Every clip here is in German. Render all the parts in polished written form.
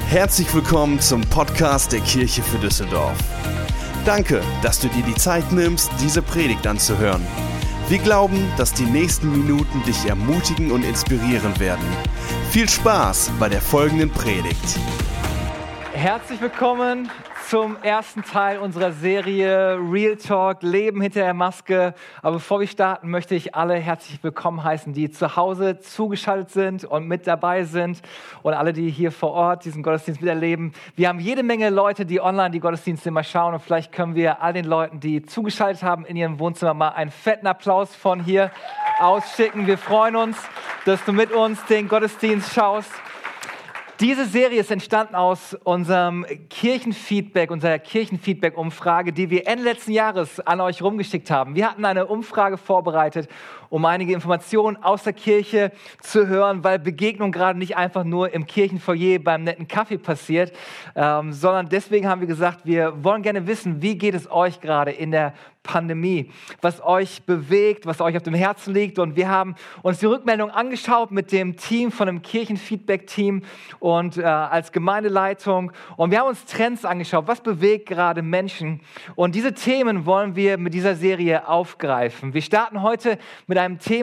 Herzlich willkommen zum Podcast der Kirche für Düsseldorf. Danke, dass du dir die Zeit nimmst, diese Predigt anzuhören. Wir glauben, dass die nächsten Minuten dich ermutigen und inspirieren werden. Viel Spaß bei der folgenden Predigt. Herzlich willkommen zum ersten Teil unserer Serie Real Talk, Leben hinter der Maske. Aber bevor wir starten, möchte ich alle herzlich willkommen heißen, die zu Hause zugeschaltet sind und mit dabei sind und alle, die hier vor Ort diesen Gottesdienst miterleben. Wir haben jede Menge Leute, die online die Gottesdienste immer schauen und vielleicht können wir all den Leuten, die zugeschaltet haben in ihrem Wohnzimmer, mal einen fetten Applaus von hier ausschicken. Wir freuen uns, dass du mit uns den Gottesdienst schaust. Diese Serie ist entstanden aus unserem unserer Kirchenfeedback-Umfrage, die wir Ende letzten Jahres an euch rumgeschickt haben. Wir hatten eine Umfrage vorbereitet, um einige Informationen aus der Kirche zu hören, weil Begegnung gerade nicht einfach nur im Kirchenfoyer beim netten Kaffee passiert, sondern deswegen haben wir gesagt, wir wollen gerne wissen, wie geht es euch gerade in der Pandemie, was euch bewegt, was euch auf dem Herzen liegt. Und wir haben uns die Rückmeldung angeschaut mit dem Team von einem Kirchenfeedback-Team und als Gemeindeleitung. Und wir haben uns Trends angeschaut, was bewegt gerade Menschen. Und diese Themen wollen wir mit dieser Serie aufgreifen. Wir starten heute mit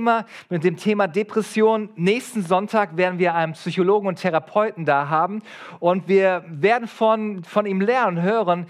dem Thema Depression. Nächsten Sonntag werden wir einen Psychologen und Therapeuten da haben. Und wir werden von ihm lernen und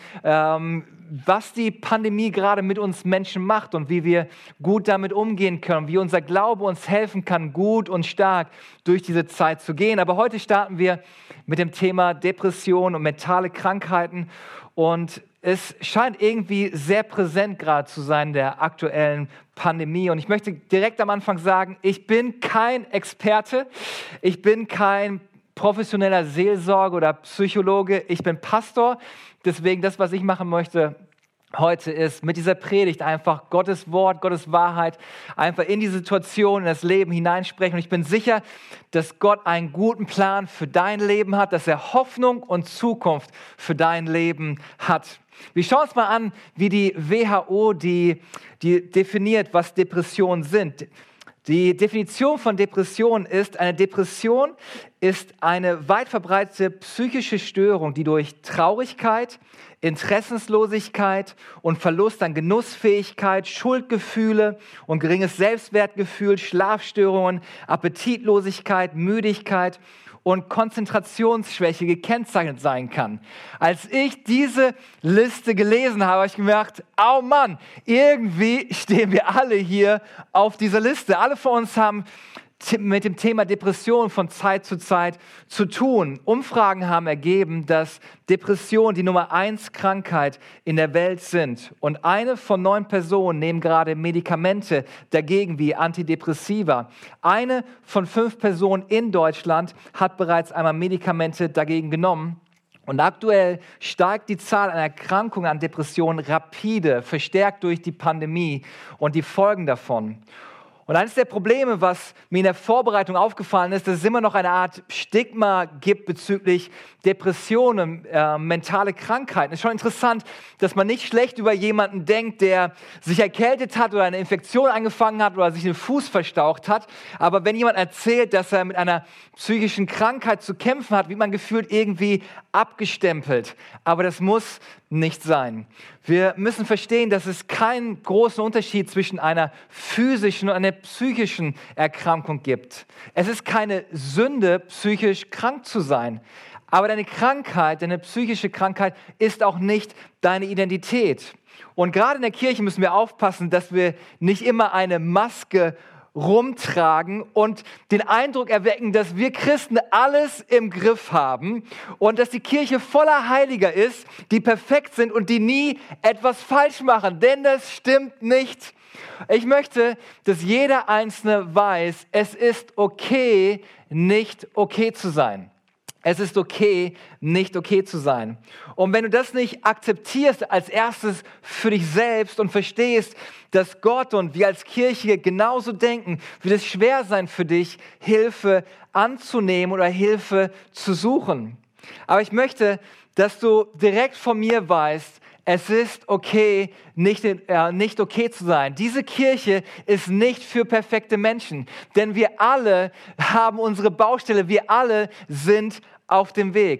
hören, was die Pandemie gerade mit uns Menschen macht und wie wir gut damit umgehen können, wie unser Glaube uns helfen kann, gut und stark durch diese Zeit zu gehen. Aber heute starten wir mit dem Thema Depression und mentale Krankheiten und es scheint irgendwie sehr präsent gerade zu sein in der aktuellen Pandemie. Und ich möchte direkt am Anfang sagen, ich bin kein Experte, ich bin kein professioneller Seelsorger oder Psychologe, ich bin Pastor. Deswegen das, was ich machen möchte heute ist, mit dieser Predigt einfach Gottes Wort, Gottes Wahrheit einfach in die Situation, in das Leben hineinsprechen. Und ich bin sicher, dass Gott einen guten Plan für dein Leben hat, dass er Hoffnung und Zukunft für dein Leben hat. Wir schauen uns mal an, wie die WHO die definiert, was Depressionen sind. Die Definition von Depression ist, eine Depression ist eine weit verbreitete psychische Störung, die durch Traurigkeit, Interessenslosigkeit und Verlust an Genussfähigkeit, Schuldgefühle und geringes Selbstwertgefühl, Schlafstörungen, Appetitlosigkeit, Müdigkeit und Konzentrationsschwäche gekennzeichnet sein kann. Als ich diese Liste gelesen habe, habe ich gemerkt, oh Mann, irgendwie stehen wir alle hier auf dieser Liste. Alle von uns haben mit dem Thema Depression von Zeit zu Zeit zu tun. Umfragen haben ergeben, dass Depressionen die Nummer 1 Krankheit in der Welt sind. Und 1 von 9 Personen nehmen gerade Medikamente dagegen wie Antidepressiva. 1 von 5 Personen in Deutschland hat bereits einmal Medikamente dagegen genommen. Und aktuell steigt die Zahl an Erkrankungen an Depressionen rapide, verstärkt durch die Pandemie und die Folgen davon. Und eines der Probleme, was mir in der Vorbereitung aufgefallen ist, dass es immer noch eine Art Stigma gibt bezüglich Depressionen, mentale Krankheiten. Es ist schon interessant, dass man nicht schlecht über jemanden denkt, der sich erkältet hat oder eine Infektion angefangen hat oder sich den Fuß verstaucht hat. Aber wenn jemand erzählt, dass er mit einer psychischen Krankheit zu kämpfen hat, wird man gefühlt irgendwie abgestempelt. Aber das muss nicht sein. Wir müssen verstehen, dass es keinen großen Unterschied zwischen einer physischen und einer psychischen Erkrankung gibt. Es ist keine Sünde, psychisch krank zu sein. Aber deine Krankheit, deine psychische Krankheit ist auch nicht deine Identität. Und gerade in der Kirche müssen wir aufpassen, dass wir nicht immer eine Maske rumtragen und den Eindruck erwecken, dass wir Christen alles im Griff haben und dass die Kirche voller Heiliger ist, die perfekt sind und die nie etwas falsch machen, denn das stimmt nicht. Ich möchte, dass jeder Einzelne weiß, es ist okay, nicht okay zu sein. Es ist okay, nicht okay zu sein. Und wenn du das nicht akzeptierst als erstes für dich selbst und verstehst, dass Gott und wir als Kirche genauso denken, wird es schwer sein für dich, Hilfe anzunehmen oder Hilfe zu suchen. Aber ich möchte, dass du direkt von mir weißt, es ist okay, nicht okay zu sein. Diese Kirche ist nicht für perfekte Menschen, denn wir alle haben unsere Baustelle, wir alle sind auf dem Weg.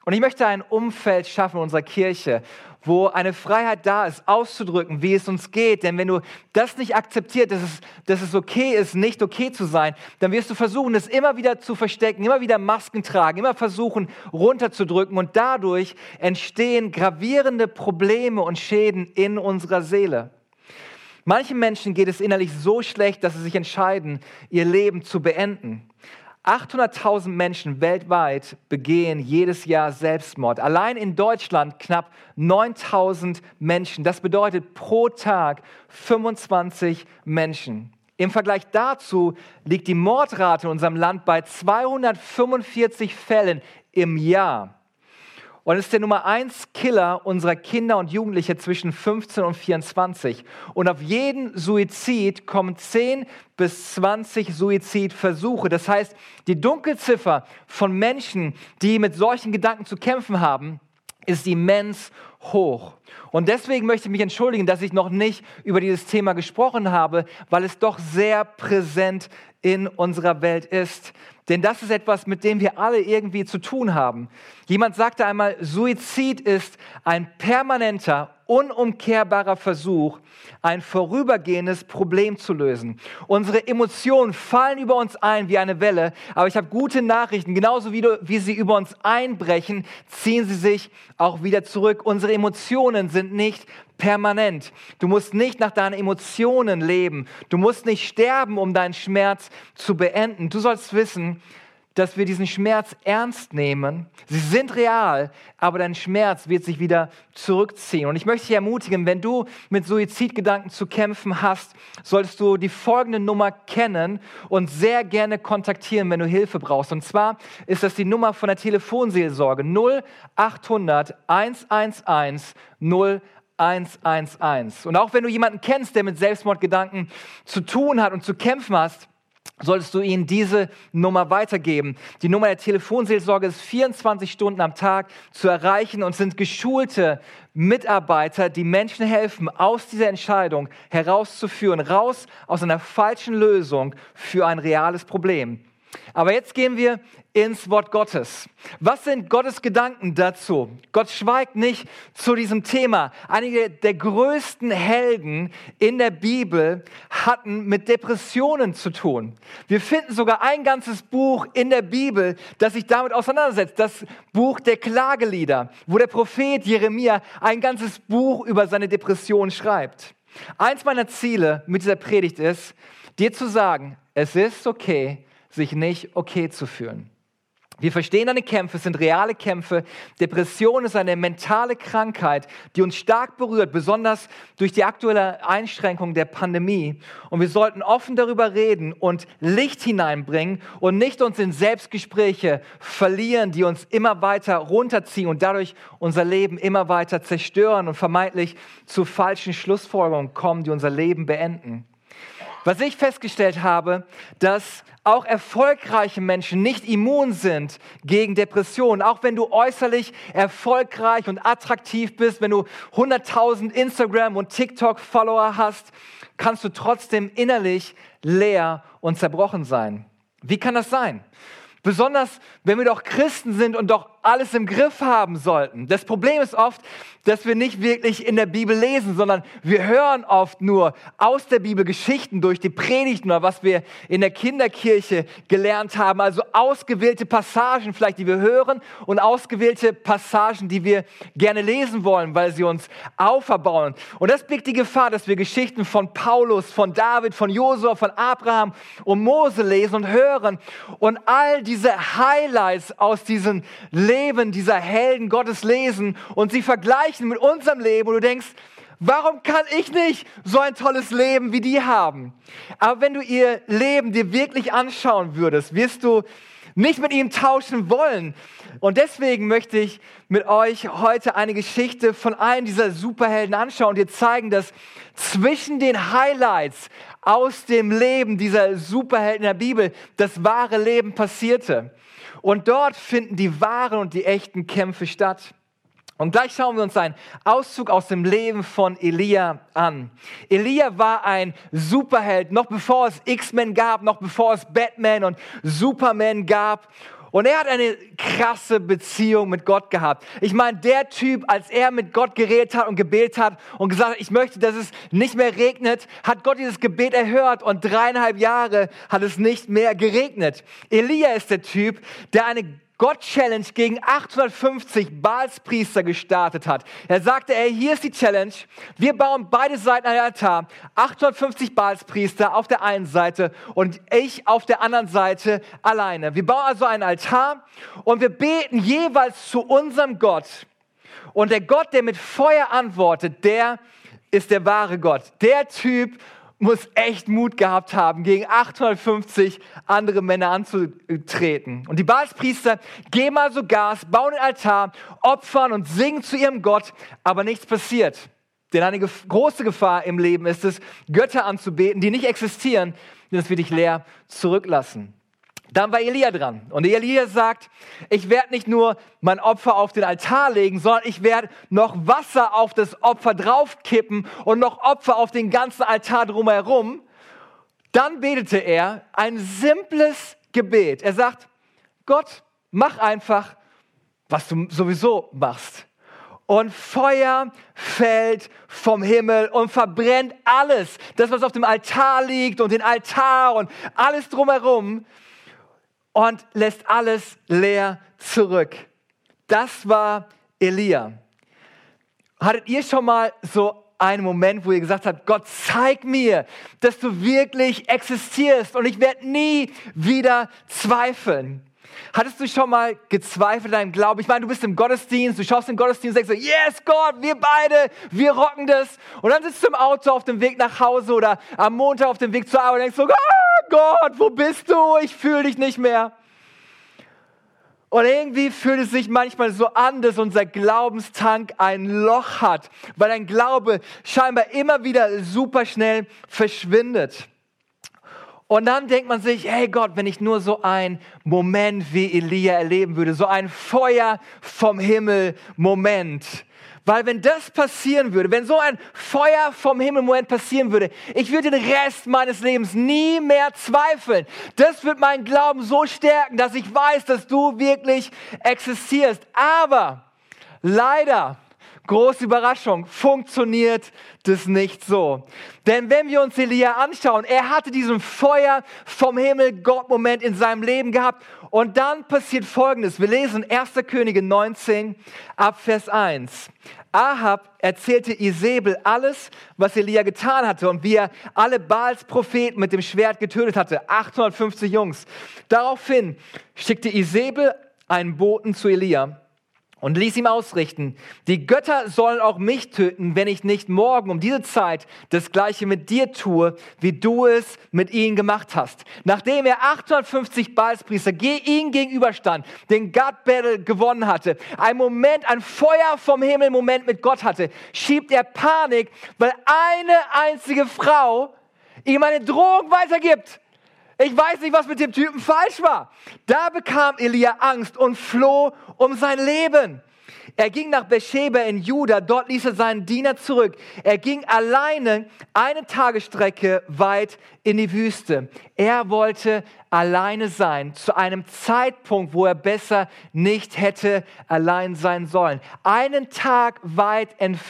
Und ich möchte ein Umfeld schaffen in unserer Kirche, wo eine Freiheit da ist, auszudrücken, wie es uns geht. Denn wenn du das nicht akzeptierst, dass es okay ist, nicht okay zu sein, dann wirst du versuchen, das immer wieder zu verstecken, immer wieder Masken tragen, immer versuchen, runterzudrücken. Und dadurch entstehen gravierende Probleme und Schäden in unserer Seele. Manchen Menschen geht es innerlich so schlecht, dass sie sich entscheiden, ihr Leben zu beenden. 800.000 Menschen weltweit begehen jedes Jahr Selbstmord. Allein in Deutschland knapp 9.000 Menschen. Das bedeutet pro Tag 25 Menschen. Im Vergleich dazu liegt die Mordrate in unserem Land bei 245 Fällen im Jahr. Und es ist der Nummer 1 Killer unserer Kinder und Jugendliche zwischen 15 und 24. Und auf jeden Suizid kommen 10 bis 20 Suizidversuche. Das heißt, die Dunkelziffer von Menschen, die mit solchen Gedanken zu kämpfen haben, ist immens hoch. Und deswegen möchte ich mich entschuldigen, dass ich noch nicht über dieses Thema gesprochen habe, weil es doch sehr präsent in unserer Welt ist. Denn das ist etwas, mit dem wir alle irgendwie zu tun haben. Jemand sagte einmal, Suizid ist ein permanenter, unumkehrbarer Versuch, ein vorübergehendes Problem zu lösen. Unsere Emotionen fallen über uns ein wie eine Welle, aber ich habe gute Nachrichten. Genauso wie sie über uns einbrechen, ziehen sie sich auch wieder zurück. Unsere Emotionen sind nicht permanent. Du musst nicht nach deinen Emotionen leben. Du musst nicht sterben, um deinen Schmerz zu beenden. Du sollst wissen, dass wir diesen Schmerz ernst nehmen. Sie sind real, aber dein Schmerz wird sich wieder zurückziehen. Und ich möchte dich ermutigen, wenn du mit Suizidgedanken zu kämpfen hast, solltest du die folgende Nummer kennen und sehr gerne kontaktieren, wenn du Hilfe brauchst. Und zwar ist das die Nummer von der Telefonseelsorge 0800 111 0111. Und auch wenn du jemanden kennst, der mit Selbstmordgedanken zu tun hat und zu kämpfen hast, solltest du ihnen diese Nummer weitergeben. Die Nummer der Telefonseelsorge ist 24 Stunden am Tag zu erreichen und sind geschulte Mitarbeiter, die Menschen helfen, aus dieser Entscheidung herauszuführen, raus aus einer falschen Lösung für ein reales Problem. Aber jetzt gehen wir ins Wort Gottes. Was sind Gottes Gedanken dazu? Gott schweigt nicht zu diesem Thema. Einige der größten Helden in der Bibel hatten mit Depressionen zu tun. Wir finden sogar ein ganzes Buch in der Bibel, das sich damit auseinandersetzt. Das Buch der Klagelieder, wo der Prophet Jeremia ein ganzes Buch über seine Depression schreibt. Eins meiner Ziele mit dieser Predigt ist, dir zu sagen, es ist okay, sich nicht okay zu fühlen. Wir verstehen deine Kämpfe, es sind reale Kämpfe. Depression ist eine mentale Krankheit, die uns stark berührt, besonders durch die aktuelle Einschränkung der Pandemie. Und wir sollten offen darüber reden und Licht hineinbringen und nicht uns in Selbstgespräche verlieren, die uns immer weiter runterziehen und dadurch unser Leben immer weiter zerstören und vermeintlich zu falschen Schlussfolgerungen kommen, die unser Leben beenden. Was ich festgestellt habe, dass auch erfolgreiche Menschen nicht immun sind gegen Depressionen. Auch wenn du äußerlich erfolgreich und attraktiv bist, wenn du 100.000 Instagram- und TikTok-Follower hast, kannst du trotzdem innerlich leer und zerbrochen sein. Wie kann das sein? Besonders, wenn wir doch Christen sind und doch alles im Griff haben sollten. Das Problem ist oft, dass wir nicht wirklich in der Bibel lesen, sondern wir hören oft nur aus der Bibel Geschichten durch die Predigten oder was wir in der Kinderkirche gelernt haben. Also ausgewählte Passagen vielleicht, die wir hören und ausgewählte Passagen, die wir gerne lesen wollen, weil sie uns auferbauen. Und das birgt die Gefahr, dass wir Geschichten von Paulus, von David, von Josua, von Abraham und Mose lesen und hören und all diese Highlights aus diesem Leben dieser Helden Gottes lesen und sie vergleichen mit unserem Leben und du denkst, warum kann ich nicht so ein tolles Leben wie die haben? Aber wenn du ihr Leben dir wirklich anschauen würdest, wirst du nicht mit ihm tauschen wollen. Und deswegen möchte ich mit euch heute eine Geschichte von einem dieser Superhelden anschauen und dir zeigen, dass zwischen den Highlights aus dem Leben dieser Superhelden in der Bibel das wahre Leben passierte. Und dort finden die wahren und die echten Kämpfe statt. Und gleich schauen wir uns einen Auszug aus dem Leben von Elia an. Elia war ein Superheld, noch bevor es X-Men gab, noch bevor es Batman und Superman gab. Und er hat eine krasse Beziehung mit Gott gehabt. Ich meine, der Typ, als er mit Gott geredet hat und gebetet hat und gesagt hat, ich möchte, dass es nicht mehr regnet, hat Gott dieses Gebet erhört und 3,5 Jahre hat es nicht mehr geregnet. Elia ist der Typ, der eine Gott-Challenge gegen 850 Baalspriester gestartet hat. Er sagte, ey, hier ist die Challenge. Wir bauen beide Seiten einen Altar. 850 Baalspriester auf der einen Seite und ich auf der anderen Seite alleine. Wir bauen also einen Altar und wir beten jeweils zu unserem Gott. Und der Gott, der mit Feuer antwortet, der ist der wahre Gott. Der Typ muss echt Mut gehabt haben, gegen 850 andere Männer anzutreten. Und die Baalspriester geben also Gas, bauen den Altar, opfern und singen zu ihrem Gott, aber nichts passiert. Denn eine große Gefahr im Leben ist es, Götter anzubeten, die nicht existieren, denn es wird dich leer zurücklassen. Dann war Elia dran. Und Elia sagt, ich werde nicht nur mein Opfer auf den Altar legen, sondern ich werde noch Wasser auf das Opfer draufkippen und noch Opfer auf den ganzen Altar drumherum. Dann betete er ein simples Gebet. Er sagt, Gott, mach einfach, was du sowieso machst. Und Feuer fällt vom Himmel und verbrennt alles. Das, was auf dem Altar liegt und den Altar und alles drumherum. Und lässt alles leer zurück. Das war Elia. Hattet ihr schon mal so einen Moment, wo ihr gesagt habt, Gott, zeig mir, dass du wirklich existierst und ich werde nie wieder zweifeln? Hattest du schon mal gezweifelt an deinem Glauben? Ich meine, du bist im Gottesdienst, du schaust im Gottesdienst und denkst so, yes Gott, wir beide, wir rocken das. Und dann sitzt du im Auto auf dem Weg nach Hause oder am Montag auf dem Weg zur Arbeit und denkst so, Gott, wo bist du? Ich fühle dich nicht mehr. Und irgendwie fühlt es sich manchmal so an, dass unser Glaubenstank ein Loch hat, weil dein Glaube scheinbar immer wieder super schnell verschwindet. Und dann denkt man sich, hey Gott, wenn ich nur so einen Moment wie Elia erleben würde, so ein Feuer vom Himmel Moment. Weil wenn das passieren würde, wenn so ein Feuer vom Himmel Moment passieren würde, ich würde den Rest meines Lebens nie mehr zweifeln. Das wird meinen Glauben so stärken, dass ich weiß, dass du wirklich existierst. Aber leider, große Überraschung, funktioniert das nicht so. Denn wenn wir uns Elia anschauen, er hatte diesen Feuer vom Himmel Gott-Moment in seinem Leben gehabt. Und dann passiert Folgendes. Wir lesen 1. Könige 19 ab Vers 1. Ahab erzählte Isebel alles, was Elia getan hatte und wie er alle Baals Propheten mit dem Schwert getötet hatte. 850 Jungs. Daraufhin schickte Isebel einen Boten zu Elia und ließ ihm ausrichten, die Götter sollen auch mich töten, wenn ich nicht morgen um diese Zeit das Gleiche mit dir tue, wie du es mit ihnen gemacht hast. Nachdem er 850 Baalspriester ihm gegenüberstand, den God-Battle gewonnen hatte, ein Feuer vom Himmel Moment mit Gott hatte, schiebt er Panik, weil eine einzige Frau ihm eine Drohung weitergibt. Ich weiß nicht, was mit dem Typen falsch war. Da bekam Elia Angst und floh um sein Leben. Er ging nach Beersheba in Juda, dort ließ er seinen Diener zurück. Er ging alleine eine Tagesstrecke weit in die Wüste. Er wollte alleine sein, zu einem Zeitpunkt, wo er besser nicht hätte allein sein sollen. Einen Tag weit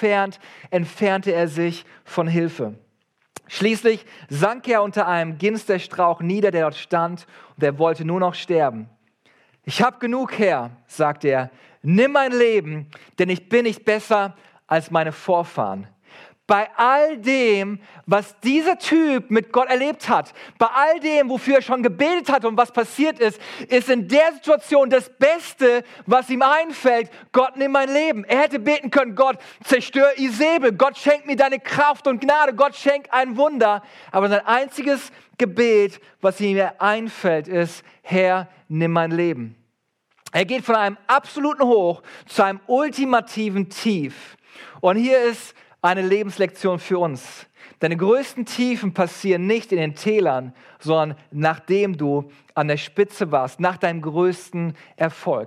entfernte er sich von Hilfe. Schließlich sank er unter einem Ginsterstrauch nieder, der dort stand, und er wollte nur noch sterben. Ich habe genug, Herr, sagte er, nimm mein Leben, denn ich bin nicht besser als meine Vorfahren. Bei all dem, was dieser Typ mit Gott erlebt hat, bei all dem, wofür er schon gebetet hat und was passiert ist, ist in der Situation das Beste, was ihm einfällt, Gott, nimm mein Leben. Er hätte beten können, Gott, zerstör Isebel, Gott, schenk mir deine Kraft und Gnade, Gott, schenk ein Wunder. Aber sein einziges Gebet, was ihm einfällt, ist, Herr, nimm mein Leben. Er geht von einem absoluten Hoch zu einem ultimativen Tief. Und hier ist eine Lebenslektion für uns. Deine größten Tiefen passieren nicht in den Tälern, sondern nachdem du an der Spitze warst, nach deinem größten Erfolg.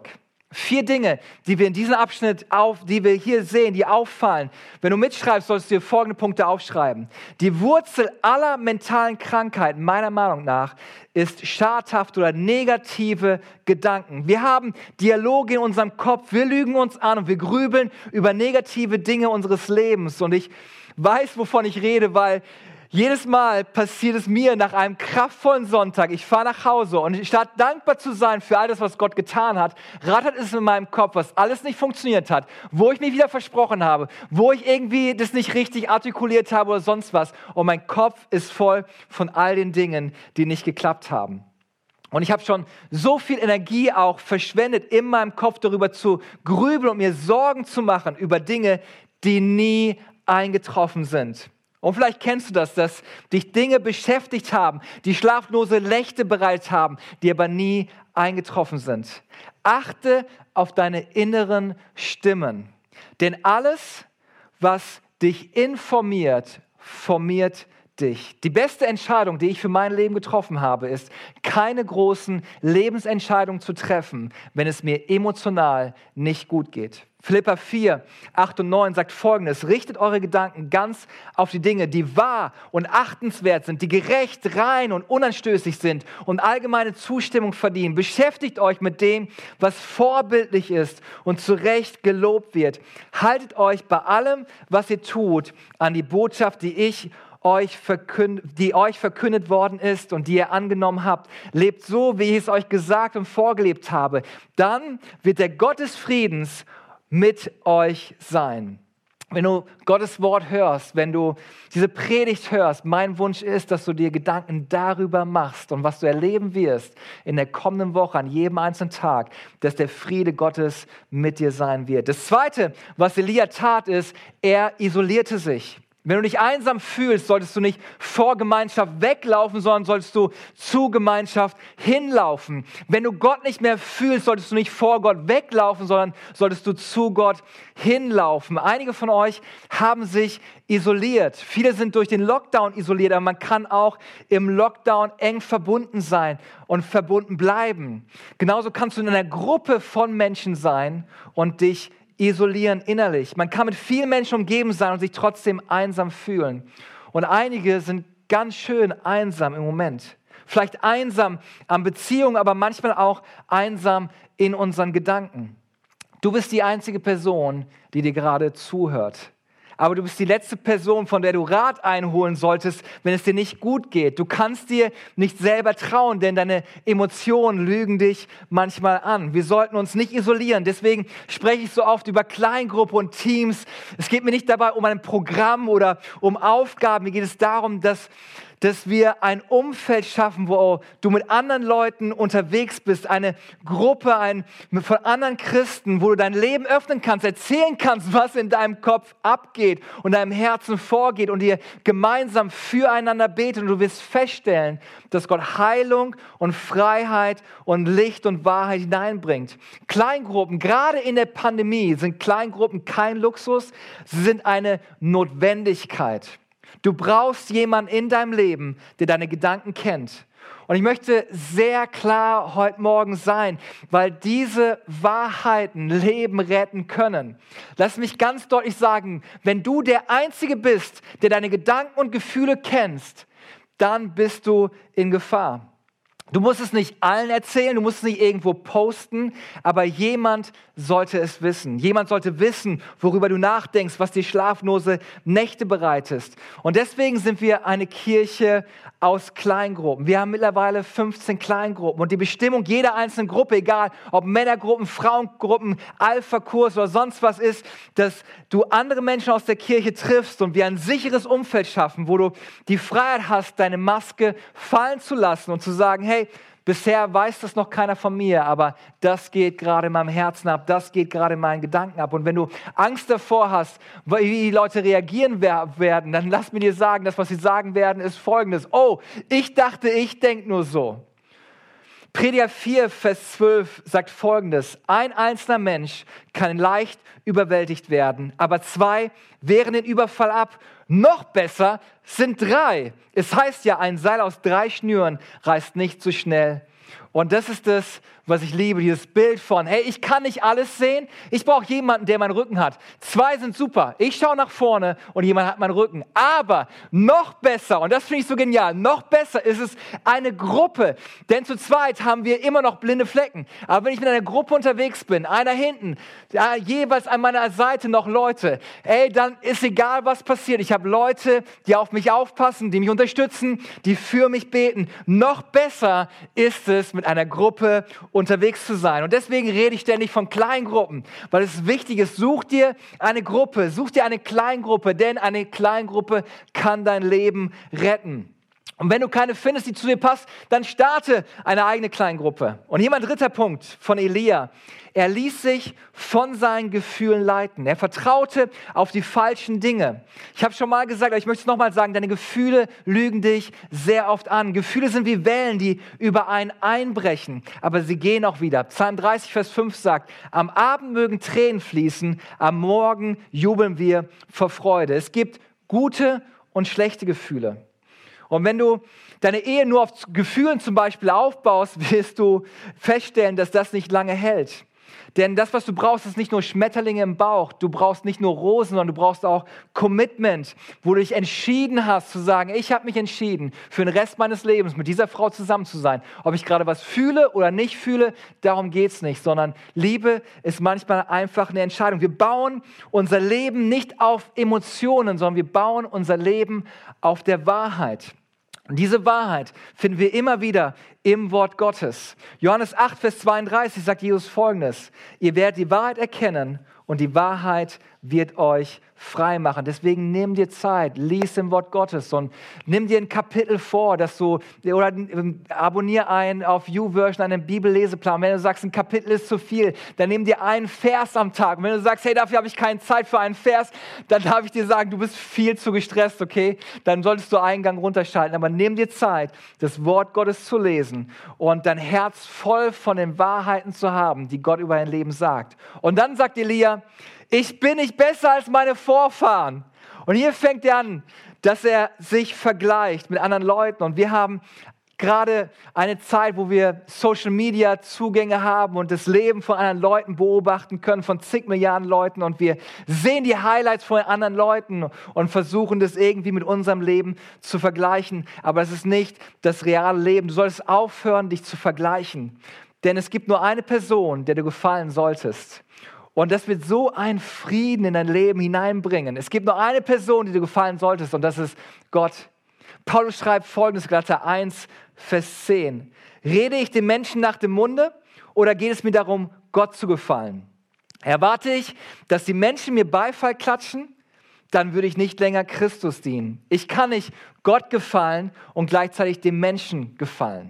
4 Dinge, die wir in diesem Abschnitt die wir hier sehen, die auffallen. Wenn du mitschreibst, solltest du dir folgende Punkte aufschreiben. Die Wurzel aller mentalen Krankheiten, meiner Meinung nach, ist schadhafte oder negative Gedanken. Wir haben Dialoge in unserem Kopf, wir lügen uns an und wir grübeln über negative Dinge unseres Lebens. Und ich weiß, wovon ich rede, weil jedes Mal passiert es mir nach einem kraftvollen Sonntag. Ich fahre nach Hause und statt dankbar zu sein für all das, was Gott getan hat, rattert es in meinem Kopf, was alles nicht funktioniert hat, wo ich mich wieder versprochen habe, wo ich irgendwie das nicht richtig artikuliert habe oder sonst was. Und mein Kopf ist voll von all den Dingen, die nicht geklappt haben. Und ich habe schon so viel Energie auch verschwendet, in meinem Kopf darüber zu grübeln und mir Sorgen zu machen über Dinge, die nie eingetroffen sind. Und vielleicht kennst du das, dass dich Dinge beschäftigt haben, die schlaflose Nächte bereitet haben, die aber nie eingetroffen sind. Achte auf deine inneren Stimmen. Denn alles, was dich informiert, formiert dich. Die beste Entscheidung, die ich für mein Leben getroffen habe, ist, keine großen Lebensentscheidungen zu treffen, wenn es mir emotional nicht gut geht. Philipper 4, 8 und 9 sagt Folgendes: Richtet eure Gedanken ganz auf die Dinge, die wahr und achtenswert sind, die gerecht, rein und unanstößig sind und allgemeine Zustimmung verdienen. Beschäftigt euch mit dem, was vorbildlich ist und zu Recht gelobt wird. Haltet euch bei allem, was ihr tut, an die Botschaft, die euch verkündet worden ist und die ihr angenommen habt. Lebt so, wie ich es euch gesagt und vorgelebt habe. Dann wird der Gott des Friedens mit euch sein. Wenn du Gottes Wort hörst, wenn du diese Predigt hörst, mein Wunsch ist, dass du dir Gedanken darüber machst und was du erleben wirst in der kommenden Woche, an jedem einzelnen Tag, dass der Friede Gottes mit dir sein wird. Das Zweite, was Elia tat, ist, er isolierte sich. Wenn du dich einsam fühlst, solltest du nicht vor Gemeinschaft weglaufen, sondern solltest du zu Gemeinschaft hinlaufen. Wenn du Gott nicht mehr fühlst, solltest du nicht vor Gott weglaufen, sondern solltest du zu Gott hinlaufen. Einige von euch haben sich isoliert. Viele sind durch den Lockdown isoliert, aber man kann auch im Lockdown eng verbunden sein und verbunden bleiben. Genauso kannst du in einer Gruppe von Menschen sein und dich isolieren innerlich. Man kann mit vielen Menschen umgeben sein und sich trotzdem einsam fühlen. Und einige sind ganz schön einsam im Moment. Vielleicht einsam an Beziehungen, aber manchmal auch einsam in unseren Gedanken. Du bist die einzige Person, die dir gerade zuhört. Aber du bist die letzte Person, von der du Rat einholen solltest, wenn es dir nicht gut geht. Du kannst dir nicht selber trauen, denn deine Emotionen lügen dich manchmal an. Wir sollten uns nicht isolieren. Deswegen spreche ich so oft über Kleingruppe und Teams. Es geht mir nicht dabei um ein Programm oder um Aufgaben. Mir geht es darum, dass wir ein Umfeld schaffen, wo du mit anderen Leuten unterwegs bist, eine Gruppe von anderen Christen, wo du dein Leben öffnen kannst, erzählen kannst, was in deinem Kopf abgeht und deinem Herzen vorgeht und ihr gemeinsam füreinander betet und du wirst feststellen, dass Gott Heilung und Freiheit und Licht und Wahrheit hineinbringt. Kleingruppen, gerade in der Pandemie, sind Kleingruppen kein Luxus, sie sind eine Notwendigkeit. Du brauchst jemanden in deinem Leben, der deine Gedanken kennt. Und ich möchte sehr klar heute Morgen sein, weil diese Wahrheiten Leben retten können. Lass mich ganz deutlich sagen, wenn du der Einzige bist, der deine Gedanken und Gefühle kennst, dann bist du in Gefahr. Du musst es nicht allen erzählen, du musst es nicht irgendwo posten, aber jemand sollte es wissen. Jemand sollte wissen, worüber du nachdenkst, was dir schlaflose Nächte bereitest. Und deswegen sind wir eine Kirche aus Kleingruppen. Wir haben mittlerweile 15 Kleingruppen und die Bestimmung jeder einzelnen Gruppe, egal ob Männergruppen, Frauengruppen, Alpha-Kurs oder sonst was ist, dass du andere Menschen aus der Kirche triffst und wir ein sicheres Umfeld schaffen, wo du die Freiheit hast, deine Maske fallen zu lassen und zu sagen, hey, bisher weiß das noch keiner von mir, aber das geht gerade in meinem Herzen ab, das geht gerade in meinen Gedanken ab. Und wenn du Angst davor hast, wie die Leute reagieren werden, dann lass mir dir sagen, das, was sie sagen werden, ist Folgendes. Oh, ich dachte, ich denke nur so. Prediger 4, Vers 12 sagt Folgendes: Ein einzelner Mensch kann leicht überwältigt werden, aber 2 wehren den Überfall ab. Noch besser sind 3. Es heißt ja, ein Seil aus 3 Schnüren reißt nicht so schnell Und das ist das, was ich liebe, dieses Bild von, hey, ich kann nicht alles sehen, ich brauche jemanden, der meinen Rücken hat. 2 sind super, ich schaue nach vorne und jemand hat meinen Rücken. Aber noch besser, und das finde ich so genial, noch besser ist es eine Gruppe. Denn zu zweit haben wir immer noch blinde Flecken. Aber wenn ich mit einer Gruppe unterwegs bin, einer hinten, jeweils an meiner Seite noch Leute, dann ist egal, was passiert. Ich habe Leute, die auf mich aufpassen, die mich unterstützen, die für mich beten. Noch besser ist es, mit einer Gruppe unterwegs zu sein. Und deswegen rede ich ständig von Kleingruppen, weil es wichtig ist, such dir eine Gruppe, such dir eine Kleingruppe, denn eine Kleingruppe kann dein Leben retten. Und wenn du keine findest, die zu dir passt, dann starte eine eigene Kleingruppe. Und hier mein 3. Punkt von Elia. Er ließ sich von seinen Gefühlen leiten. Er vertraute auf die falschen Dinge. Ich habe schon mal gesagt, aber ich möchte es nochmal sagen, deine Gefühle lügen dich sehr oft an. Gefühle sind wie Wellen, die über einen einbrechen, aber sie gehen auch wieder. Psalm 30, Vers 5 sagt, am Abend mögen Tränen fließen, am Morgen jubeln wir vor Freude. Es gibt gute und schlechte Gefühle. Und wenn du deine Ehe nur auf Gefühlen zum Beispiel aufbaust, wirst du feststellen, dass das nicht lange hält. Denn das, was du brauchst, ist nicht nur Schmetterlinge im Bauch. Du brauchst nicht nur Rosen, sondern du brauchst auch Commitment, wo du dich entschieden hast zu sagen, ich habe mich entschieden, für den Rest meines Lebens mit dieser Frau zusammen zu sein. Ob ich gerade was fühle oder nicht fühle, darum geht es nicht, sondern Liebe ist manchmal einfach eine Entscheidung. Wir bauen unser Leben nicht auf Emotionen, sondern wir bauen unser Leben auf der Wahrheit. Und diese Wahrheit finden wir immer wieder im Wort Gottes. Johannes 8, Vers 32 sagt Jesus Folgendes: Ihr werdet die Wahrheit erkennen und die Wahrheit wird euch frei machen. Deswegen nimm dir Zeit, lies im Wort Gottes und nimm dir ein Kapitel vor, oder abonniere auf YouVersion einen Bibelleseplan. Wenn du sagst, ein Kapitel ist zu viel, dann nimm dir einen Vers am Tag. Und wenn du sagst, hey, dafür habe ich keine Zeit für einen Vers, dann darf ich dir sagen, du bist viel zu gestresst, okay? Dann solltest du einen Gang runterschalten. Aber nimm dir Zeit, das Wort Gottes zu lesen und dein Herz voll von den Wahrheiten zu haben, die Gott über dein Leben sagt. Und dann sagt Elia, ich bin nicht besser als meine Vorfahren. Und hier fängt er an, dass er sich vergleicht mit anderen Leuten. Und wir haben gerade eine Zeit, wo wir Social-Media-Zugänge haben und das Leben von anderen Leuten beobachten können, von zig Milliarden Leuten. Und wir sehen die Highlights von anderen Leuten und versuchen das irgendwie mit unserem Leben zu vergleichen. Aber es ist nicht das reale Leben. Du solltest aufhören, dich zu vergleichen. Denn es gibt nur eine Person, der du gefallen solltest. Und das wird so einen Frieden in dein Leben hineinbringen. Es gibt nur eine Person, die du gefallen solltest, und das ist Gott. Paulus schreibt Folgendes, Galater 1, Vers 10. Rede ich den Menschen nach dem Munde oder geht es mir darum, Gott zu gefallen? Erwarte ich, dass die Menschen mir Beifall klatschen, dann würde ich nicht länger Christus dienen. Ich kann nicht Gott gefallen und gleichzeitig dem Menschen gefallen.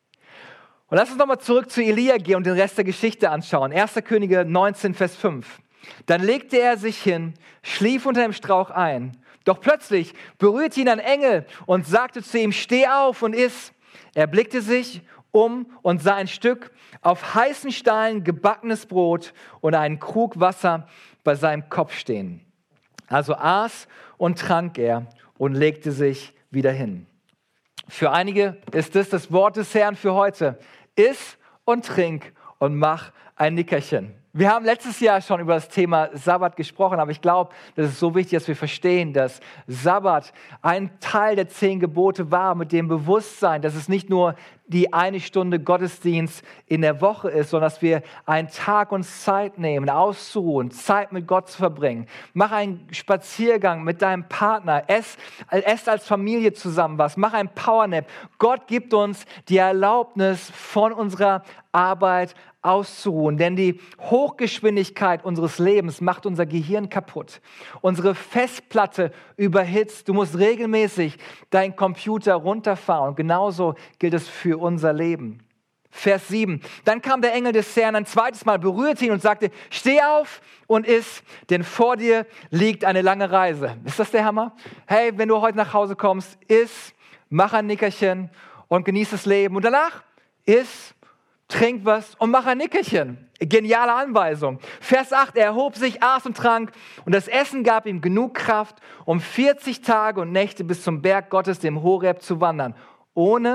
Und lass uns nochmal zurück zu Elia gehen und den Rest der Geschichte anschauen. 1. Könige 19, Vers 5. Dann legte er sich hin, schlief unter dem Strauch ein. Doch plötzlich berührte ihn ein Engel und sagte zu ihm, steh auf und iss. Er blickte sich um und sah ein Stück auf heißen Steinen gebackenes Brot und einen Krug Wasser bei seinem Kopf stehen. Also aß und trank er und legte sich wieder hin. Für einige ist das Wort des Herrn für heute. Iss und trink und mach ein Nickerchen. Wir haben letztes Jahr schon über das Thema Sabbat gesprochen, aber ich glaube, das ist so wichtig, dass wir verstehen, dass Sabbat ein Teil der 10 Gebote war, mit dem Bewusstsein, dass es nicht nur die 1 Stunde Gottesdienst in der Woche ist, sondern dass wir einen Tag uns Zeit nehmen, auszuruhen, Zeit mit Gott zu verbringen. Mach einen Spaziergang mit deinem Partner, esst als Familie zusammen was, mach einen Powernap. Gott gibt uns die Erlaubnis, von unserer Arbeit auszuruhen, denn die Hochgeschwindigkeit unseres Lebens macht unser Gehirn kaputt. Unsere Festplatte überhitzt. Du musst regelmäßig deinen Computer runterfahren. Und genauso gilt es für unser Leben. Vers 7. Dann kam der Engel des Herrn ein zweites Mal, berührte ihn und sagte, steh auf und iss, denn vor dir liegt eine lange Reise. Ist das der Hammer? Hey, wenn du heute nach Hause kommst, iss, mach ein Nickerchen und genieß das Leben. Und danach iss, trink was und mach ein Nickerchen. Geniale Anweisung. Vers 8, er erhob sich, aß und trank und das Essen gab ihm genug Kraft, um 40 Tage und Nächte bis zum Berg Gottes, dem Horeb, zu wandern, ohne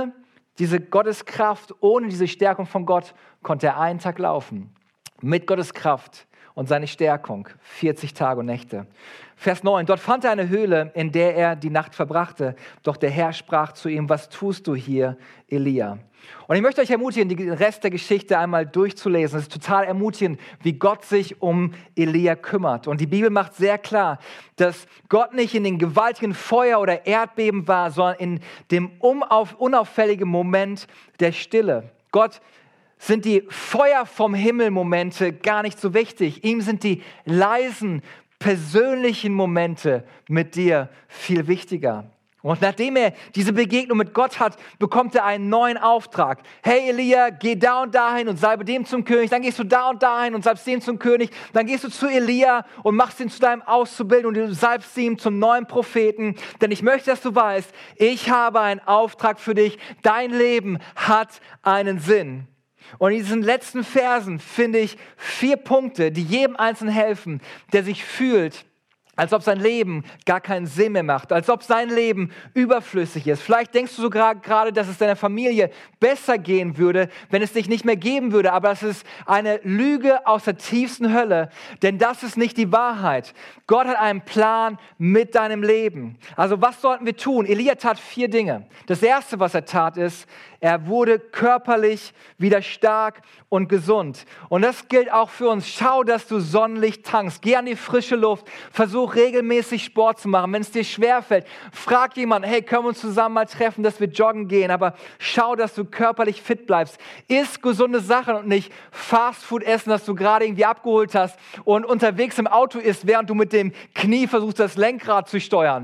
diese Gotteskraft, ohne diese Stärkung von Gott, konnte er einen Tag laufen. Mit Gottes Kraft und seine Stärkung, 40 Tage und Nächte. Vers 9, dort fand er eine Höhle, in der er die Nacht verbrachte. Doch der Herr sprach zu ihm, was tust du hier, Elia? Und ich möchte euch ermutigen, den Rest der Geschichte einmal durchzulesen. Es ist total ermutigend, wie Gott sich um Elia kümmert. Und die Bibel macht sehr klar, dass Gott nicht in den gewaltigen Feuer oder Erdbeben war, sondern in dem unauffälligen Moment der Stille. Gott sind die Feuer vom Himmel Momente gar nicht so wichtig. Ihm sind die leisen, persönlichen Momente mit dir viel wichtiger. Und nachdem er diese Begegnung mit Gott hat, bekommt er einen neuen Auftrag. Hey Elia, geh da und dahin und salbe dem zum König. Dann gehst du da und dahin und salbst dem zum König. Dann gehst du zu Elia und machst ihn zu deinem Auszubildenden und du salbst ihn zum neuen Propheten. Denn ich möchte, dass du weißt, ich habe einen Auftrag für dich. Dein Leben hat einen Sinn. Und in diesen letzten Versen finde ich 4 Punkte, die jedem Einzelnen helfen, der sich fühlt, als ob sein Leben gar keinen Sinn mehr macht, als ob sein Leben überflüssig ist. Vielleicht denkst du sogar gerade, dass es deiner Familie besser gehen würde, wenn es dich nicht mehr geben würde. Aber es ist eine Lüge aus der tiefsten Hölle, denn das ist nicht die Wahrheit. Gott hat einen Plan mit deinem Leben. Also was sollten wir tun? Elia tat 4 Dinge. Das Erste, was er tat, ist, er wurde körperlich wieder stark und gesund. Und das gilt auch für uns. Schau, dass du Sonnenlicht tankst. Geh an die frische Luft. Versuch regelmäßig Sport zu machen. Wenn es dir schwerfällt, frag jemanden, hey, können wir uns zusammen mal treffen, dass wir joggen gehen. Aber schau, dass du körperlich fit bleibst. Iss gesunde Sachen und nicht Fastfood essen, das du gerade irgendwie abgeholt hast und unterwegs im Auto isst, während du mit dem Knie versuchst, das Lenkrad zu steuern.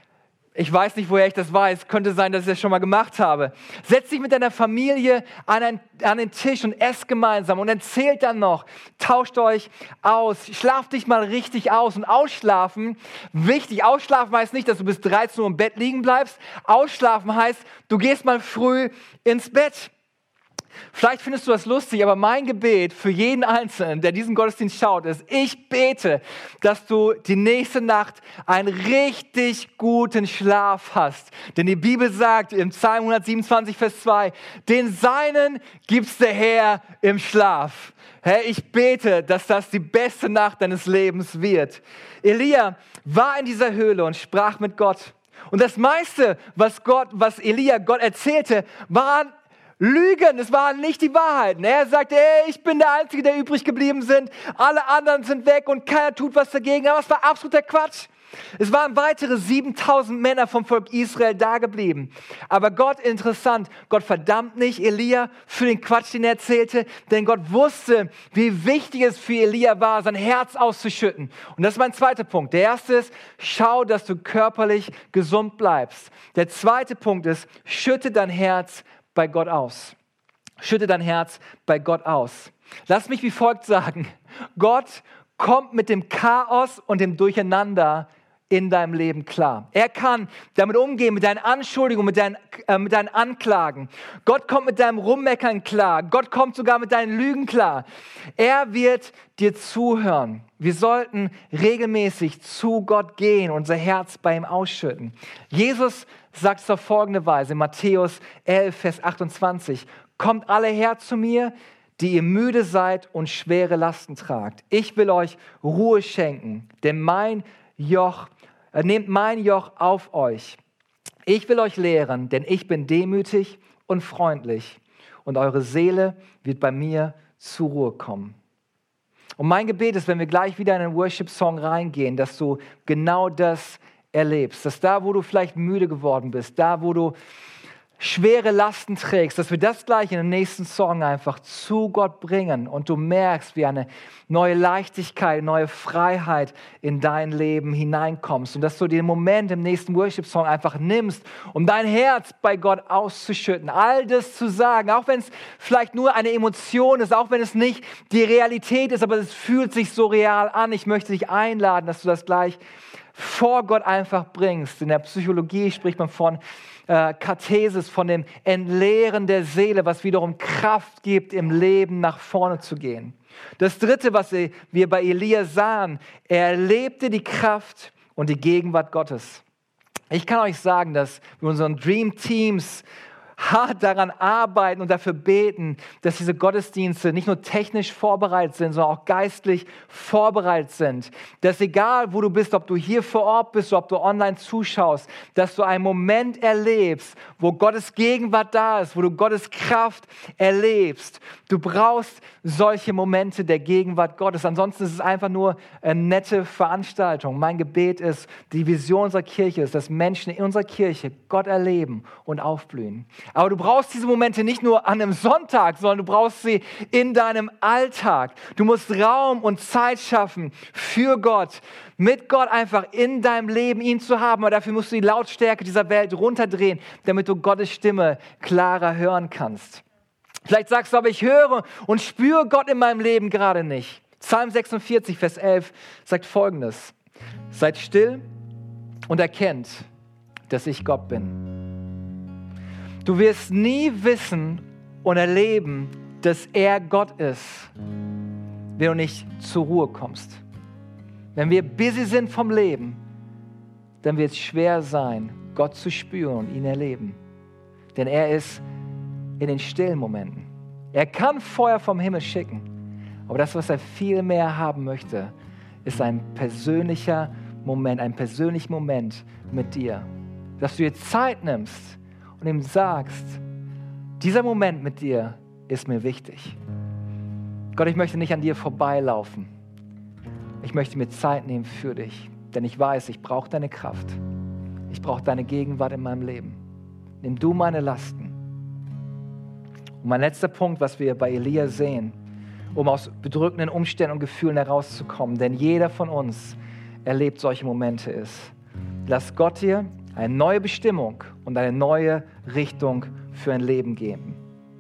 Ich weiß nicht, woher ich das weiß. Könnte sein, dass ich das schon mal gemacht habe. Setz dich mit deiner Familie an den Tisch und esst gemeinsam und erzählt dann noch. Tauscht euch aus. Schlaf dich mal richtig aus. Und ausschlafen, wichtig, ausschlafen heißt nicht, dass du bis 13 Uhr im Bett liegen bleibst. Ausschlafen heißt, du gehst mal früh ins Bett. Vielleicht findest du das lustig, aber mein Gebet für jeden Einzelnen, der diesen Gottesdienst schaut, ist, ich bete, dass du die nächste Nacht einen richtig guten Schlaf hast. Denn die Bibel sagt im Psalm 127, Vers 2, den Seinen gibt's der Herr im Schlaf. Hey, ich bete, dass das die beste Nacht deines Lebens wird. Elia war in dieser Höhle und sprach mit Gott. Und das meiste, was Elia Gott erzählte, waren Lügen, es waren nicht die Wahrheiten. Er sagte, hey, ich bin der Einzige, der übrig geblieben sind. Alle anderen sind weg und keiner tut was dagegen. Aber es war absoluter Quatsch. Es waren weitere 7000 Männer vom Volk Israel da geblieben. Aber Gott, interessant, Gott verdammt nicht Elia für den Quatsch, den er erzählte, denn Gott wusste, wie wichtig es für Elia war, sein Herz auszuschütten. Und das ist mein zweiter Punkt. Der erste ist, schau, dass du körperlich gesund bleibst. Der zweite Punkt ist, schütte dein Herz bei Gott aus. Schütte dein Herz bei Gott aus. Lass mich wie folgt sagen. Gott kommt mit dem Chaos und dem Durcheinander in deinem Leben klar. Er kann damit umgehen, mit deinen Anschuldigungen, mit deinen Anklagen. Gott kommt mit deinem Rummeckern klar. Gott kommt sogar mit deinen Lügen klar. Er wird dir zuhören. Wir sollten regelmäßig zu Gott gehen, unser Herz bei ihm ausschütten. Jesus sagt es auf folgende Weise, in Matthäus 11, Vers 28, kommt alle her zu mir, die ihr müde seid und schwere Lasten tragt. Ich will euch Ruhe schenken, denn nehmt mein Joch auf euch. Ich will euch lehren, denn ich bin demütig und freundlich und eure Seele wird bei mir zur Ruhe kommen. Und mein Gebet ist, wenn wir gleich wieder in einen Worship-Song reingehen, dass du genau das erlebst, dass da, wo du vielleicht müde geworden bist, da, wo du schwere Lasten trägst, dass wir das gleich in den nächsten Song einfach zu Gott bringen und du merkst, wie eine neue Leichtigkeit, neue Freiheit in dein Leben hineinkommst und dass du den Moment im nächsten Worship-Song einfach nimmst, um dein Herz bei Gott auszuschütten, all das zu sagen, auch wenn es vielleicht nur eine Emotion ist, auch wenn es nicht die Realität ist, aber es fühlt sich so real an. Ich möchte dich einladen, dass du das gleich vor Gott einfach bringst. In der Psychologie spricht man von Kathesis, von dem Entleeren der Seele, was wiederum Kraft gibt, im Leben nach vorne zu gehen. Das Dritte, was wir bei Elia sahen, er erlebte die Kraft und die Gegenwart Gottes. Ich kann euch sagen, dass wir unseren Dream Teams hart daran arbeiten und dafür beten, dass diese Gottesdienste nicht nur technisch vorbereitet sind, sondern auch geistlich vorbereitet sind. Dass egal, wo du bist, ob du hier vor Ort bist, ob du online zuschaust, dass du einen Moment erlebst, wo Gottes Gegenwart da ist, wo du Gottes Kraft erlebst. Du brauchst solche Momente der Gegenwart Gottes. Ansonsten ist es einfach nur eine nette Veranstaltung. Mein Gebet ist, die Vision unserer Kirche ist, dass Menschen in unserer Kirche Gott erleben und aufblühen. Aber du brauchst diese Momente nicht nur an einem Sonntag, sondern du brauchst sie in deinem Alltag. Du musst Raum und Zeit schaffen für Gott, mit Gott einfach in deinem Leben ihn zu haben. Aber dafür musst du die Lautstärke dieser Welt runterdrehen, damit du Gottes Stimme klarer hören kannst. Vielleicht sagst du, aber ich höre und spüre Gott in meinem Leben gerade nicht. Psalm 46, Vers 11 sagt Folgendes: Seid still und erkennt, dass ich Gott bin. Du wirst nie wissen und erleben, dass er Gott ist, wenn du nicht zur Ruhe kommst. Wenn wir busy sind vom Leben, dann wird es schwer sein, Gott zu spüren und ihn erleben. Denn er ist in den stillen Momenten. Er kann Feuer vom Himmel schicken, aber das, was er viel mehr haben möchte, ist ein persönlicher Moment, ein persönlicher Moment mit dir. Dass du dir Zeit nimmst und ihm sagst, dieser Moment mit dir ist mir wichtig. Gott, ich möchte nicht an dir vorbeilaufen. Ich möchte mir Zeit nehmen für dich, denn ich weiß, ich brauche deine Kraft. Ich brauche deine Gegenwart in meinem Leben. Nimm du meine Lasten. Und mein letzter Punkt, was wir bei Elia sehen, um aus bedrückenden Umständen und Gefühlen herauszukommen, denn jeder von uns erlebt solche Momente, ist: Lass Gott dir eine neue Bestimmung und eine neue Richtung für ein Leben geben.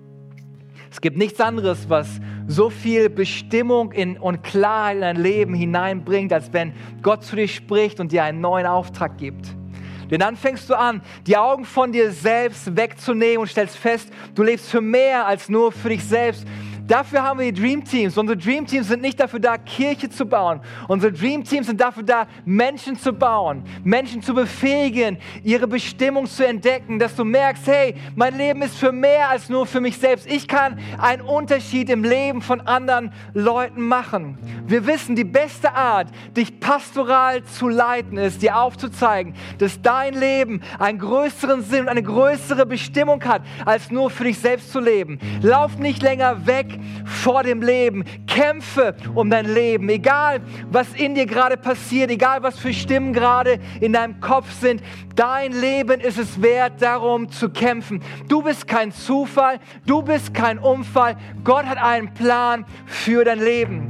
Es gibt nichts anderes, was so viel Bestimmung und Klarheit in dein Leben hineinbringt, als wenn Gott zu dir spricht und dir einen neuen Auftrag gibt. Denn dann fängst du an, die Augen von dir selbst wegzunehmen und stellst fest, du lebst für mehr als nur für dich selbst. Dafür haben wir die Dream Teams. Unsere Dream Teams sind nicht dafür da, Kirche zu bauen. Unsere Dream Teams sind dafür da, Menschen zu bauen, Menschen zu befähigen, ihre Bestimmung zu entdecken, dass du merkst, hey, mein Leben ist für mehr als nur für mich selbst. Ich kann einen Unterschied im Leben von anderen Leuten machen. Wir wissen, die beste Art, dich pastoral zu leiten, ist, dir aufzuzeigen, dass dein Leben einen größeren Sinn und eine größere Bestimmung hat, als nur für dich selbst zu leben. Lauf nicht länger weg vor dem Leben. Kämpfe um dein Leben. Egal, was in dir gerade passiert, egal, was für Stimmen gerade in deinem Kopf sind, dein Leben ist es wert, darum zu kämpfen. Du bist kein Zufall, du bist kein Unfall. Gott hat einen Plan für dein Leben.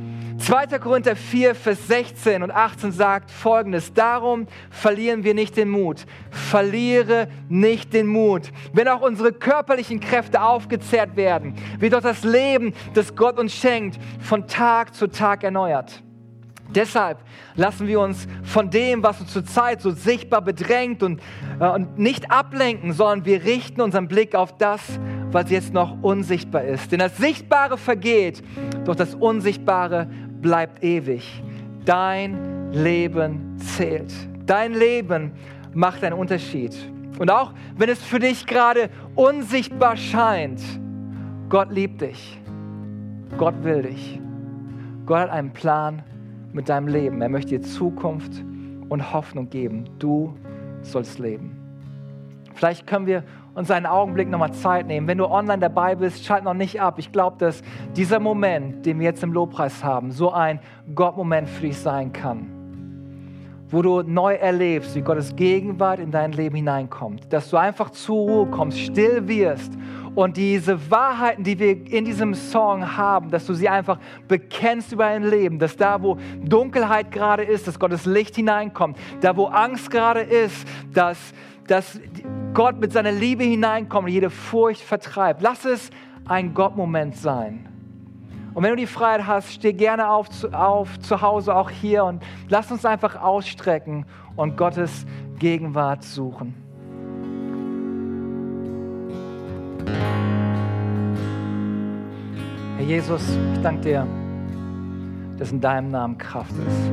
2. Korinther 4, Vers 16 und 18 sagt Folgendes: Darum verlieren wir nicht den Mut. Verliere nicht den Mut. Wenn auch unsere körperlichen Kräfte aufgezehrt werden, wird doch das Leben, das Gott uns schenkt, von Tag zu Tag erneuert. Deshalb lassen wir uns von dem, was uns zurzeit so sichtbar bedrängt und nicht ablenken, sondern wir richten unseren Blick auf das, was jetzt noch unsichtbar ist. Denn das Sichtbare vergeht, doch das Unsichtbare bleibt ewig. Dein Leben zählt. Dein Leben macht einen Unterschied. Und auch wenn es für dich gerade unsichtbar scheint, Gott liebt dich. Gott will dich. Gott hat einen Plan mit deinem Leben. Er möchte dir Zukunft und Hoffnung geben. Du sollst leben. Vielleicht können wir uns einen Augenblick nochmal Zeit nehmen. Wenn du online dabei bist, schalt noch nicht ab. Ich glaube, dass dieser Moment, den wir jetzt im Lobpreis haben, so ein Gott-Moment für dich sein kann. Wo du neu erlebst, wie Gottes Gegenwart in dein Leben hineinkommt. Dass du einfach zur Ruhe kommst, still wirst und diese Wahrheiten, die wir in diesem Song haben, dass du sie einfach bekennst über dein Leben. Dass da, wo Dunkelheit gerade ist, dass Gottes Licht hineinkommt. Da, wo Angst gerade ist, dass Gott mit seiner Liebe hineinkommt und jede Furcht vertreibt. Lass es ein Gott-Moment sein. Und wenn du die Freiheit hast, steh gerne auf zu Hause, auch hier, und lass uns einfach ausstrecken und Gottes Gegenwart suchen. Herr Jesus, ich danke dir, dass in deinem Namen Kraft ist.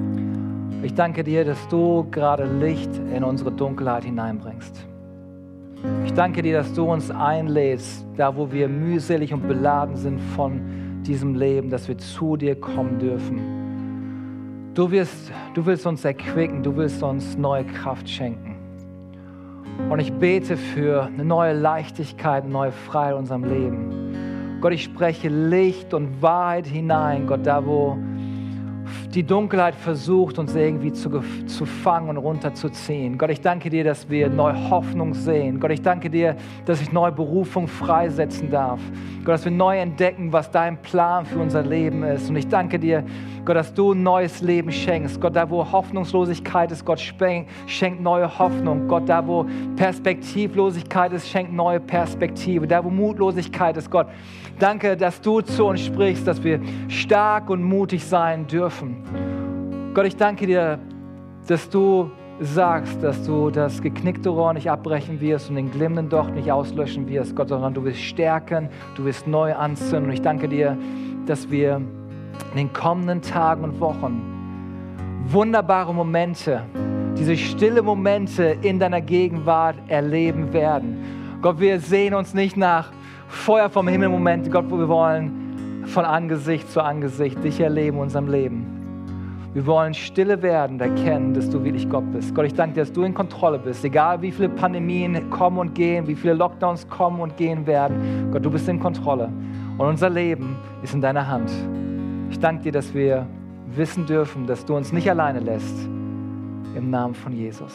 Ich danke dir, dass du gerade Licht in unsere Dunkelheit hineinbringst. Ich danke dir, dass du uns einlädst, da wo wir mühselig und beladen sind von diesem Leben, dass wir zu dir kommen dürfen. Du willst uns erquicken, du willst uns neue Kraft schenken. Und ich bete für eine neue Leichtigkeit, eine neue Freiheit in unserem Leben. Gott, ich spreche Licht und Wahrheit hinein, Gott, da wo die Dunkelheit versucht, uns irgendwie zu fangen und runterzuziehen. Gott, ich danke dir, dass wir neue Hoffnung sehen. Gott, ich danke dir, dass ich neue Berufung freisetzen darf. Gott, dass wir neu entdecken, was dein Plan für unser Leben ist. Und ich danke dir, Gott, dass du ein neues Leben schenkst. Gott, da wo Hoffnungslosigkeit ist, Gott schenkt neue Hoffnung. Gott, da wo Perspektivlosigkeit ist, schenkt neue Perspektive. Da wo Mutlosigkeit ist, Gott, danke, dass du zu uns sprichst, dass wir stark und mutig sein dürfen. Gott, ich danke dir, dass du sagst, dass du das geknickte Rohr nicht abbrechen wirst und den glimmenden Docht nicht auslöschen wirst, Gott, sondern du wirst stärken, du wirst neu anzünden. Und ich danke dir, dass wir in den kommenden Tagen und Wochen wunderbare Momente, diese stille Momente in deiner Gegenwart erleben werden. Gott, wir sehen uns nicht nach Feuer vom Himmel Momente, Gott, wo wir wollen von Angesicht zu Angesicht dich erleben in unserem Leben. Wir wollen stille werden und erkennen, dass du wirklich Gott bist. Gott, ich danke dir, dass du in Kontrolle bist. Egal wie viele Pandemien kommen und gehen, wie viele Lockdowns kommen und gehen werden. Gott, du bist in Kontrolle. Und unser Leben ist in deiner Hand. Ich danke dir, dass wir wissen dürfen, dass du uns nicht alleine lässt. Im Namen von Jesus.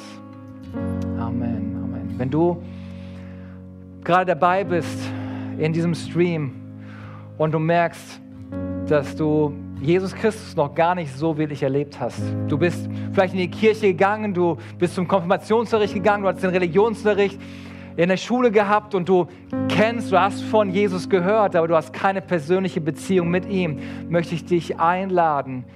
Amen. Amen. Wenn du gerade dabei bist in diesem Stream und du merkst, dass du Jesus Christus noch gar nicht so wirklich erlebt hast. Du bist vielleicht in die Kirche gegangen, du bist zum Konfirmationsunterricht gegangen, du hast den Religionsunterricht in der Schule gehabt und du hast von Jesus gehört, aber du hast keine persönliche Beziehung mit ihm, möchte ich dich einladen,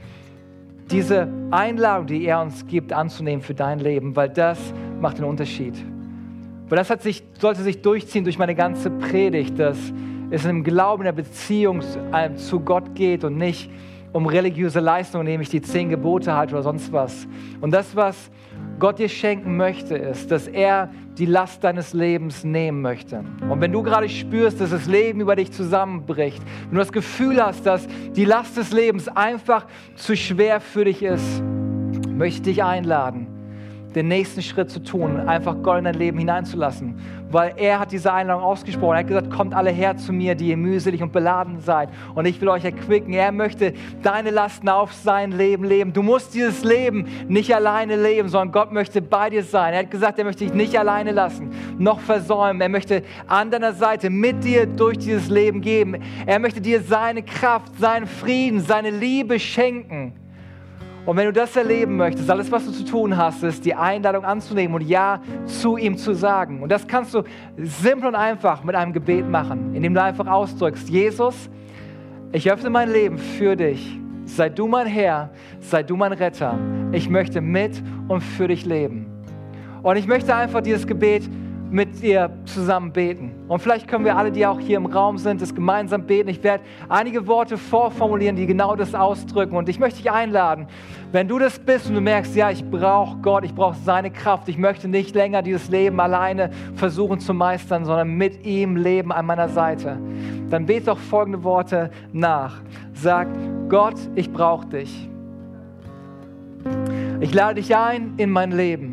diese Einladung, die er uns gibt, anzunehmen für dein Leben, weil das macht den Unterschied. Weil das sollte sich durchziehen durch meine ganze Predigt, dass es im Glauben, in der Beziehung zu Gott geht und nicht um religiöse Leistungen, indem ich die 10 Gebote halte oder sonst was. Und das, was Gott dir schenken möchte, ist, dass er die Last deines Lebens nehmen möchte. Und wenn du gerade spürst, dass das Leben über dich zusammenbricht, wenn du das Gefühl hast, dass die Last des Lebens einfach zu schwer für dich ist, möchte ich dich einladen, den nächsten Schritt zu tun, einfach Gott in dein Leben hineinzulassen. Weil er hat diese Einladung ausgesprochen. Er hat gesagt, kommt alle her zu mir, die ihr mühselig und beladen seid. Und ich will euch erquicken. Er möchte deine Lasten auf sein Leben leben. Du musst dieses Leben nicht alleine leben, sondern Gott möchte bei dir sein. Er hat gesagt, er möchte dich nicht alleine lassen, noch versäumen. Er möchte an deiner Seite mit dir durch dieses Leben geben. Er möchte dir seine Kraft, seinen Frieden, seine Liebe schenken. Und wenn du das erleben möchtest, alles, was du zu tun hast, ist, die Einladung anzunehmen und Ja zu ihm zu sagen. Und das kannst du simpel und einfach mit einem Gebet machen, indem du einfach ausdrückst, Jesus, ich öffne mein Leben für dich. Sei du mein Herr, sei du mein Retter. Ich möchte mit und für dich leben. Und ich möchte einfach dieses Gebet mit dir zusammen beten. Und vielleicht können wir alle, die auch hier im Raum sind, das gemeinsam beten. Ich werde einige Worte vorformulieren, die genau das ausdrücken. Und ich möchte dich einladen, wenn du das bist und du merkst, ja, ich brauche Gott, ich brauche seine Kraft. Ich möchte nicht länger dieses Leben alleine versuchen zu meistern, sondern mit ihm leben an meiner Seite. Dann bete doch folgende Worte nach. Sag, Gott, ich brauche dich. Ich lade dich ein in mein Leben.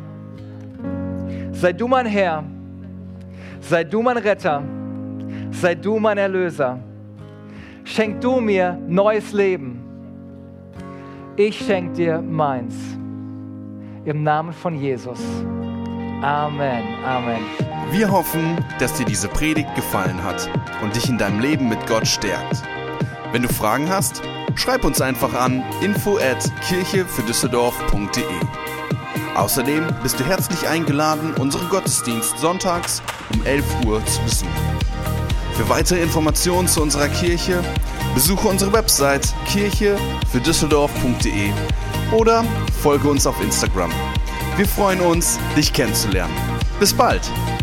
Sei du mein Herr, sei du mein Retter, sei du mein Erlöser. Schenk du mir neues Leben. Ich schenk dir meins. Im Namen von Jesus. Amen. Amen. Wir hoffen, dass dir diese Predigt gefallen hat und dich in deinem Leben mit Gott stärkt. Wenn du Fragen hast, schreib uns einfach an info@kirchefürdüsseldorf.de. Außerdem bist du herzlich eingeladen, unseren Gottesdienst sonntags um 11 Uhr zu besuchen. Für weitere Informationen zu unserer Kirche besuche unsere Website kirchefürdüsseldorf.de oder folge uns auf Instagram. Wir freuen uns, dich kennenzulernen. Bis bald!